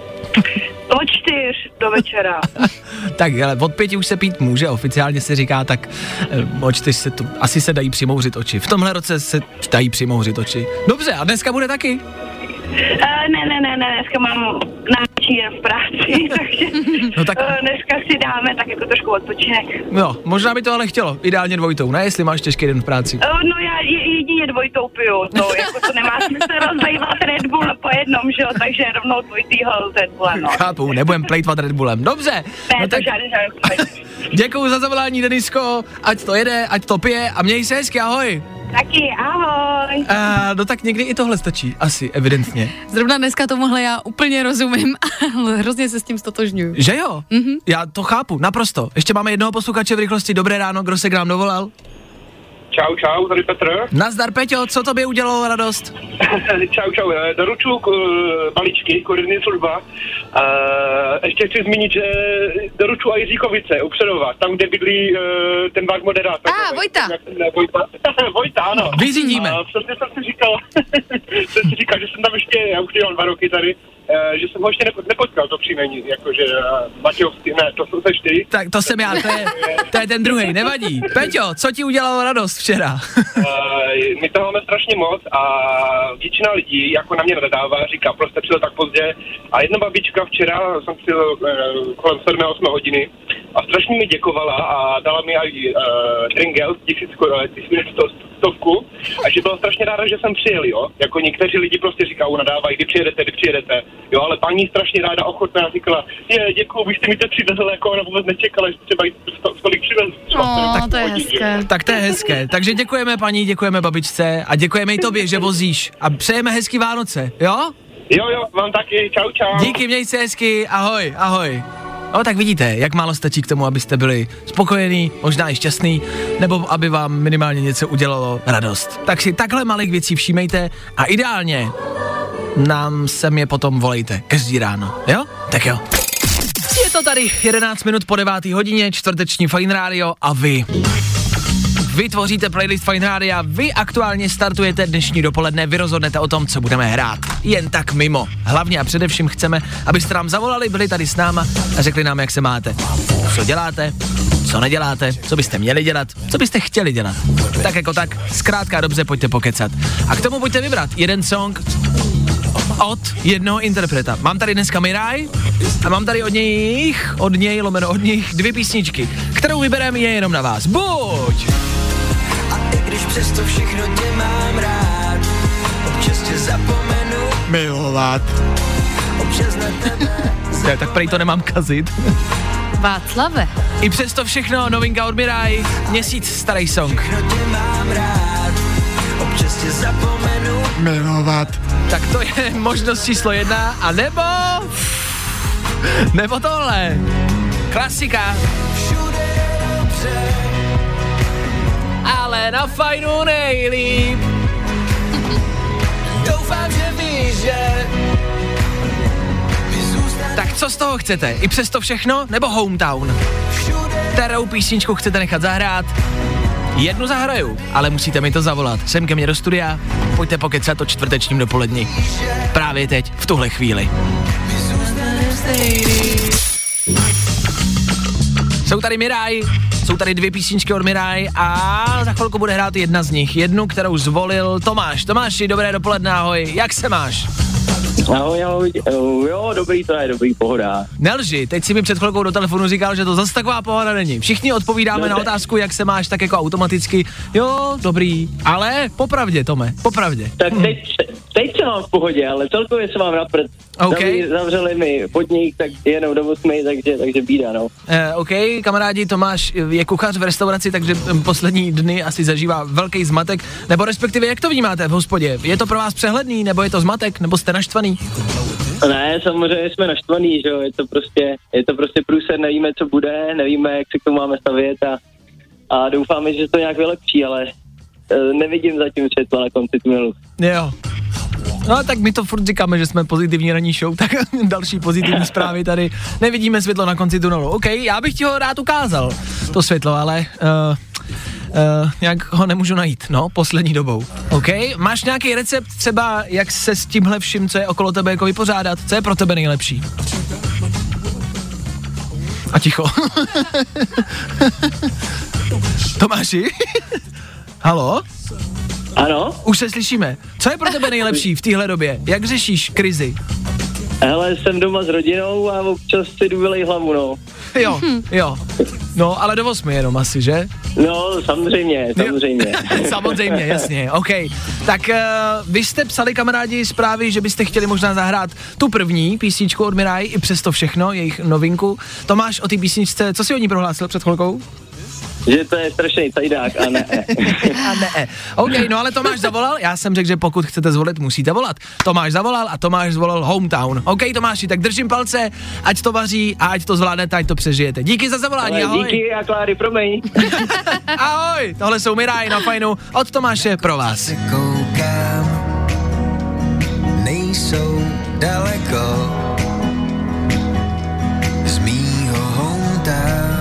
Od čtyř do večera.
Tak, ale od pěti už se pít může, oficiálně se říká, tak eh, od čtyř se tu, asi se dají přimouřit oči. V tomhle roce se dají přimouřit oči. Dobře, a dneska bude taky?
Uh, ne, ne, ne, ne, dneska mám náročný den v práci, takže
No tak-
uh, dneska si dáme tak jako trošku odpočinek.
No, možná by to ale chtělo, ideálně dvojitou, ne, jestli máš těžký den v práci.
Uh, no já je, jedině dvojitou piju, to jako to nemá smysl rozlejvat Red Bull po jednom, že jo, takže rovnou dvojitýho Red Bullem, no.
Chápu, nebudem plejtvat Red Bullem. Dobře,
Ne,
no
to
tak
žádný žádný.
děkuju za zavolání, Denisko, ať to jede, ať to pije a měj se hezky, ahoj.
Taky, ahoj.
Uh, no tak někdy i tohle stačí, asi, evidentně.
Zrovna dneska tomuhle já úplně rozumím, ale hrozně se s tím stotožňuju.
Že jo? Mm-hmm. Já to chápu, naprosto. Ještě máme jednoho posluchače v rychlosti. Dobré ráno, kdo se k nám dovolal?
Čau, čau, tady Petr.
Nazdar, Peťo, co tobě udělalo radost?
Čau, čau, doručuju uh, balíčky, kurirní služba. Uh, ještě chci zmínit, že doručuju i Jiříkovice, u Přerova, tam, kde bydlí uh, ten váš moderátor.
A, Vojta.
Ne, Vojta. Vojta, ano.
Vyřídíme.
Uh, přesně jsem si říkal, jsem si říkal, že jsem tam ještě, já už dělám dva roky tady, uh, že jsem ho ještě nepo, nepotkal, to příjmení, jakože uh, Matějovský, ne, to jsou se čtyři.
Tak to jsem já, to je, to je ten druhej, nevadí. Peťo, co ti udělalo radost včera?
uh, my toho máme strašně moc a většina lidí jako na mě nadává, říká, proč jste přijel tak pozdě. A jedna babička včera, jsem přijel uh, kolem sedm osm hodiny a strašně mi děkovala a dala mi i uh, tringel, tisíc stovku a že byla strašně ráda, že jsem přijel, jo. Jako někteří lidi prostě říkají, nadávají, kdy přijedete, kdy přijedete. Jo, ale paní strašně ráda ochotná říkala, je, děkuju, vy jste mi to přivezl, jako ona vůbec nečekala, že třeba jí tolik přivezl.
No, to je hezké.
Tak to je hezké. Takže děkujeme paní, děkujeme babičce a děkujeme i tobě, že vozíš. A přejeme hezký Vánoce, jo?
Jo, jo, vám taky, čau, čau.
Díky, měj se hezky, ahoj, ahoj. No tak vidíte, jak málo stačí k tomu, abyste byli spokojení, možná i šťastný, nebo aby vám minimálně něco udělalo radost. Tak si takhle malých věcí všímejte a ideálně nám sem je potom volejte každý ráno, jo? Tak jo. Je to tady jedenáct minut po devátý hodině, čtvrteční Fajn rádio a vy. Vy tvoříte playlist Fajn rádia, vy aktuálně startujete dnešní dopoledne, vy rozhodnete o tom, co budeme hrát. Jen tak mimo. Hlavně a především chceme, abyste nám zavolali, byli tady s náma a řekli nám, jak se máte. Co děláte, co neděláte, co byste měli dělat, co byste chtěli dělat. Tak jako tak, zkrátka a dobře, pojďte pokecat. A k tomu pojďte vybrat jeden song od jednoho interpreta. Mám tady dneska Miraj a mám tady od nich, od něj, lomeno od nich, dvě písničky. Kterou vybereme je jenom na vás. Buď!
Když přesto všechno tě mám rád, občas tě zapomenu
milovat.
Občas na tebe
Ne, tak prej to nemám kazit.
Václave.
I přesto všechno, novinka od Miraj, měsíc starý song.
všechno tě mám rád, občas tě zapomenu
Milovat.
Tak to je možnost číslo jedna, a nebo... Nebo tohle. Klasika.
všude je dobře.
Ale na Fajnu nejlíp.
Doufám, že víš, že mi zůstane
Tak co z toho chcete? I přesto všechno, nebo Hometown?
všude.
kterou písničku chcete nechat zahrát. Jednu zahraju, ale musíte mi to zavolat. Sem ke mně do studia, pojďte pokecat o čtvrtečním dopoledni. Právě teď, v tuhle chvíli. Jsou tady Miraj, jsou tady dvě písničky od Miraj a za chvilku bude hrát jedna z nich. Jednu, kterou zvolil Tomáš. Tomáši, dobré dopoledne, ahoj, jak se máš?
Ahoj, ahoj, jo, dobrý to je, dobrý, pohoda.
Nelži, teď si mi před chvilkou do telefonu říkal, že to zase taková pohoda není. Všichni odpovídáme no, na otázku, jak se máš, tak jako automaticky, jo, dobrý, ale popravdě, Tome, popravdě.
Tak teď, teď se mám v pohodě, ale celkově se mám napřed.
Okay.
Zavřeli mi podnik, tak jenom do osmi, takže, takže bída, no.
Eh, OK, kamarádi, Tomáš je kuchař v restauraci, takže poslední dny asi zažívá velký zmatek, nebo respektive jak to vnímáte v hospodě? Je to pro vás přehledný, nebo je to zmatek, nebo jste naštvaný?
Ne, samozřejmě jsme naštvaný, že jo, je to prostě, je to prostě průser, nevíme, co bude, nevíme, jak se k tomu máme stavět a, a doufáme, že to nějak vylepší, ale e, nevidím zatím světla na konci tunelu.
Jo. No tak my to furt říkáme, že jsme pozitivní ranní show, tak další pozitivní zprávy tady. Nevidíme světlo na konci tunelu. OK, já bych ti ho rád ukázal, to světlo, ale uh, uh, nějak ho nemůžu najít, no, poslední dobou. OK, máš nějaký recept třeba, jak se s tímhle vším, co je okolo tebe, jako vypořádat? Co je pro tebe nejlepší? A ticho. Tomáši? Halo?
Ano?
Už se slyšíme. Co je pro tebe nejlepší v téhle době? Jak řešíš krizi?
Hele, jsem doma s rodinou a občas si jdu vylej hlavu, no.
Jo, jo. No, ale do osmi jenom asi, že?
No, samozřejmě, samozřejmě.
Samozřejmě, jasně, OK. Tak uh, vy jste psali, kamarádi, zprávy, že byste chtěli možná zahrát tu první písničku od Miraj, i přesto všechno, jejich novinku. Tomáš, o té písničce, co si o ní prohlásil před chvilkou?
Že to je strašný tajdák a ne.
A ne. OK, no ale Tomáš zavolal, já jsem řekl, že pokud chcete zvolit, musíte volat. Tomáš zavolal a Tomáš zvolil Hometown. OK, Tomáši, tak držím palce, ať to vaří a ať to zvládnete, ať to přežijete. Díky za zavolání, ale ahoj.
Díky a Kláry, promiň.
Ahoj, tohle jsou Miraj na Fajnu od Tomáše pro vás.
Koukám, nejsou daleko z mýho hometown.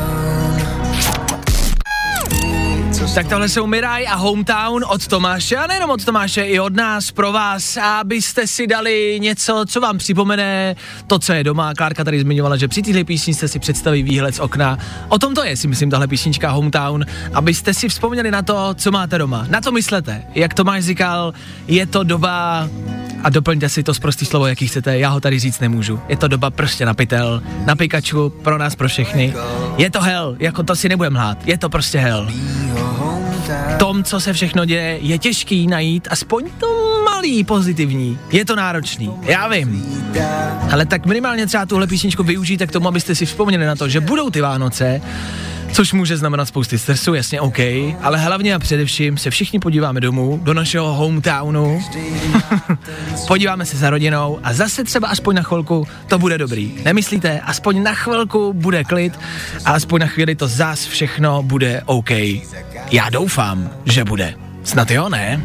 Tak tohle jsou Miraj a Hometown od Tomáše, a nejenom od Tomáše, i od nás, pro vás, abyste si dali něco, co vám připomene to, co je doma. Klárka tady zmiňovala, že při téhle písničce si představí výhled z okna. O tom to je, si myslím, tahle písnička Hometown, abyste si vzpomněli na to, co máte doma. Na to myslete. Jak Tomáš říkal, je to doba, a doplňte si to z prostý slovo, jaký chcete, já ho tady říct nemůžu. Je to doba prostě na pytel, na pikačku, pro nás, pro všechny. Je to hell, jako to si nebudem lhát, je to prostě hell. Tom, co se všechno děje, je těžký najít aspoň to malý pozitivní. Je to náročný, já vím. Ale tak minimálně třeba tuhle písničku využijte k tomu, abyste si vzpomněli na to, že budou ty Vánoce, což může znamenat spousty stresu, jasně OK, ale hlavně a především se všichni podíváme domů, do našeho hometownu, podíváme se za rodinou a zase třeba aspoň na chvilku to bude dobrý. Nemyslíte? Aspoň na chvilku bude klid a aspoň na chvíli to zas všechno bude OK. Já doufám, že bude. Snad jo, ne?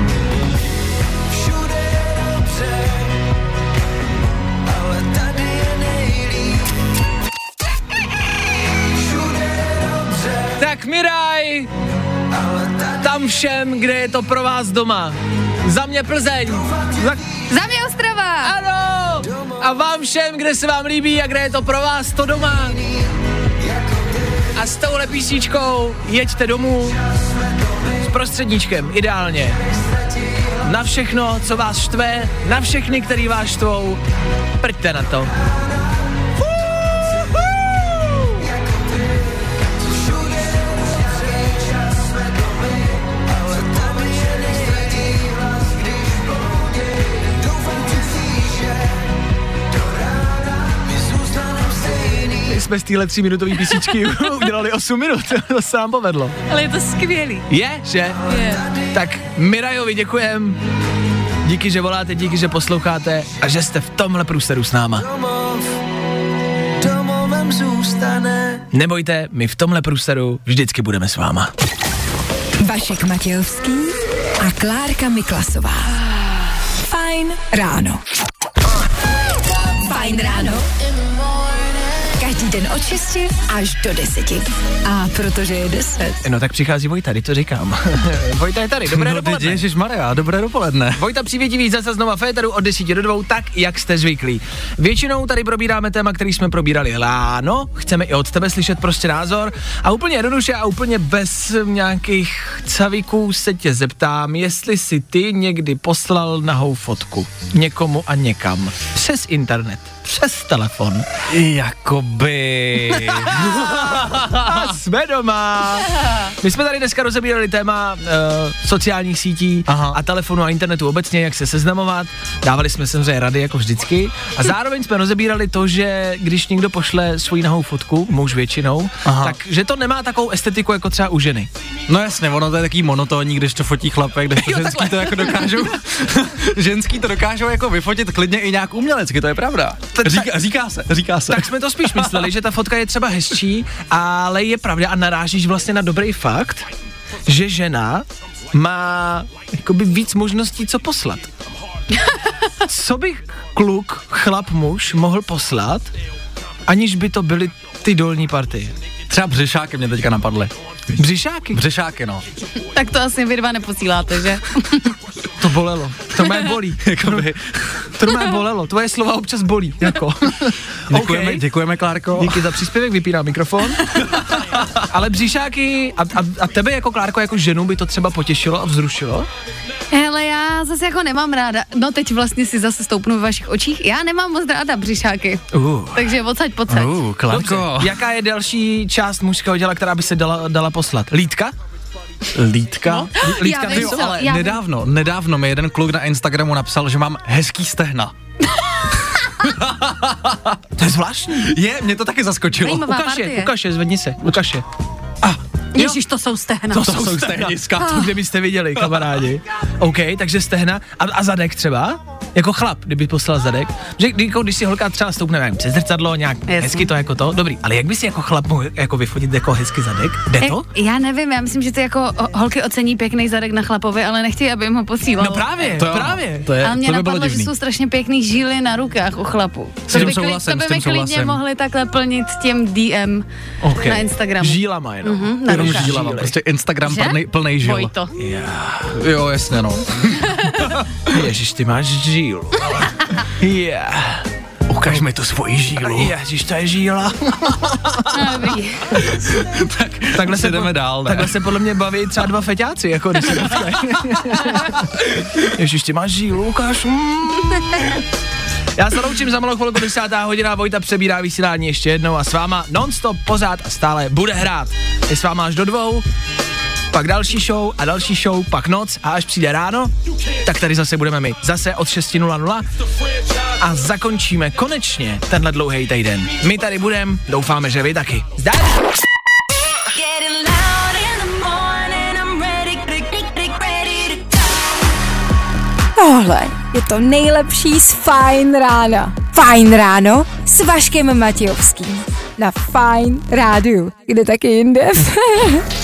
Tak Miraj, tam všem, kde je to pro vás doma. Za mě Plzeň. Za,
Za mě Ostrava.
Ano. A vám všem, kde se vám líbí a kde je to pro vás to doma. A s touhle písničkou jeďte domů s prostředníčkem, ideálně. Na všechno, co vás štve, na všechny, který vás štvou, prďte na to. Jsme z téhle tříminutový písničky udělali osm minut, to se nám povedlo.
Ale je to skvělý.
Je, že?
Je.
Tak Mirajovi děkujem, díky, že voláte, díky, že posloucháte a že jste v tomhle průseru s náma.
Domov, domovem zůstane.
Nebojte, my v tomhle průseru vždycky budeme s váma.
Vašek Matějovský a Klárka Miklasová. Fajn ráno. Fajn ráno. Každý Každý den od šesti až do deseti. A protože je deset.
No tak přichází Vojta, teď to říkám. Vojta je tady, dobré
no,
dopoledne.
Ježišmarja, dobré dopoledne.
Vojta přivětivý zase znova féteru od deseti do dvou, tak jak jste zvyklí. Většinou tady probíráme téma, který jsme probírali ráno, chceme i od tebe slyšet prostě názor a úplně jednoduše a úplně bez nějakých caviků se tě zeptám, jestli si ty někdy poslal nahou fotku někomu a někam přes internet, přes telefon.
Jakoby.
Jsme doma. My jsme tady dneska rozebírali téma uh, sociálních sítí Aha. a telefonu a internetu obecně, jak se seznamovat. Dávali jsme samozřejmě rady jako vždycky a zároveň jsme rozebírali to, že když někdo pošle svoji nahou fotku, muž většinou, Aha. tak že to nemá takovou estetiku jako třeba u ženy.
No jasně, ono to je taký monotónní, když to fotí chlapek, když to jo, ženský takhle. To jako dokážou, ženský to dokážou jako vyfotit klidně i nějak umělecky, to je pravda. Říká, říká se, říká se.
Tak jsme to spíš mysleli, že ta fotka je třeba hezčí, ale je pravda a narážíš vlastně na dobrý fakt, že žena má jakoby víc možností, co poslat. Co by kluk, chlap, muž mohl poslat, aniž by to byly ty dolní partie?
Třeba břešáky mě teďka napadly.
Břešáky?
Břešáky, no.
Tak to asi vy dva neposíláte, že?
To bolelo. To mě bolí. Jakoby. To mě bolelo. Tvoje slova občas bolí. Jako.
Děkujeme,
okay.
děkujeme, Klárko.
Díky za příspěvek, vypínám mikrofon. Ale břišáky a, a, a tebe jako Klárko, jako ženu by to třeba potěšilo a vzrušilo?
Hele, já zase jako nemám ráda, no teď vlastně si zase stoupnu ve vašich očích, já nemám moc ráda břišáky, uh. takže odsaď pocať.
Uh, Klárko.
Jaká je další část mužského těla, která by se dala, dala poslat? Lítka?
Lítka?
No,
Lítka,
vím,
jo, ale nedávno, vím. nedávno mi jeden kluk na Instagramu napsal, že mám hezký stehna.
To je zvláštní.
Je, mě to taky zaskočilo.
Ukaž je, ukaž je, zvedni se, ukaž je.
Ah. Ježiš, to jsou stehna.
To, to jsou stehniska, to kde byste viděli, kamarádi. OK, takže stehna. A, a zadek třeba? Jako chlap, kdyby poslal zadek. Že jako, když si holka třeba stoupne nevím, přes zrcadlo, nějak Jasně. hezky to jako to, dobrý. Ale jak by si jako chlap mohl jako vyfotit jako hezký zadek? Jde to?
Já nevím, já myslím, že to jako holky ocení pěkný zadek na chlapovi, ale nechtějí, aby jim ho posílal.
No právě,
to
právě.
To je,
ale mě
to by
napadlo, že jsou strašně pěkný žíly na rukách u chlapů.
To by,
souhlasím, to by mi klidně mohli takhle plnit těm D M okay. na Instagramu.
Žílama jenom.
Mm-hmm,
jenom žílama, prostě Instagram plnej, plnej žil.
Vojto.
Yeah.
Jo, jasně, no.
Ježiš, ty máš žílu. Yeah. Ukaž mi tu svoji žílu. Ježiš, to je žíla.
Dobrý.
tak, takhle se jdeme po, dál, ne? Takhle se podle mě baví třeba dva feťáci, jako když se potkají. Ježiš, ty máš žílu, ukáž. Mm. Já se loučím za malou chvilku, desátá hodina, Vojta přebírá vysílání ještě jednou a s váma non-stop pořád a stále bude hrát. Je s váma až do dvou, pak další show a další show, pak noc a až přijde ráno, tak tady zase budeme my. Zase od šest nula nula a zakončíme konečně tenhle dlouhý týden. My tady budeme, doufáme, že vy taky. Zdar!
Tohle je to nejlepší z Fajn rána. Fajn ráno s Vaškem Matějovským. Na Fajn rádiu. Kde taky jinde?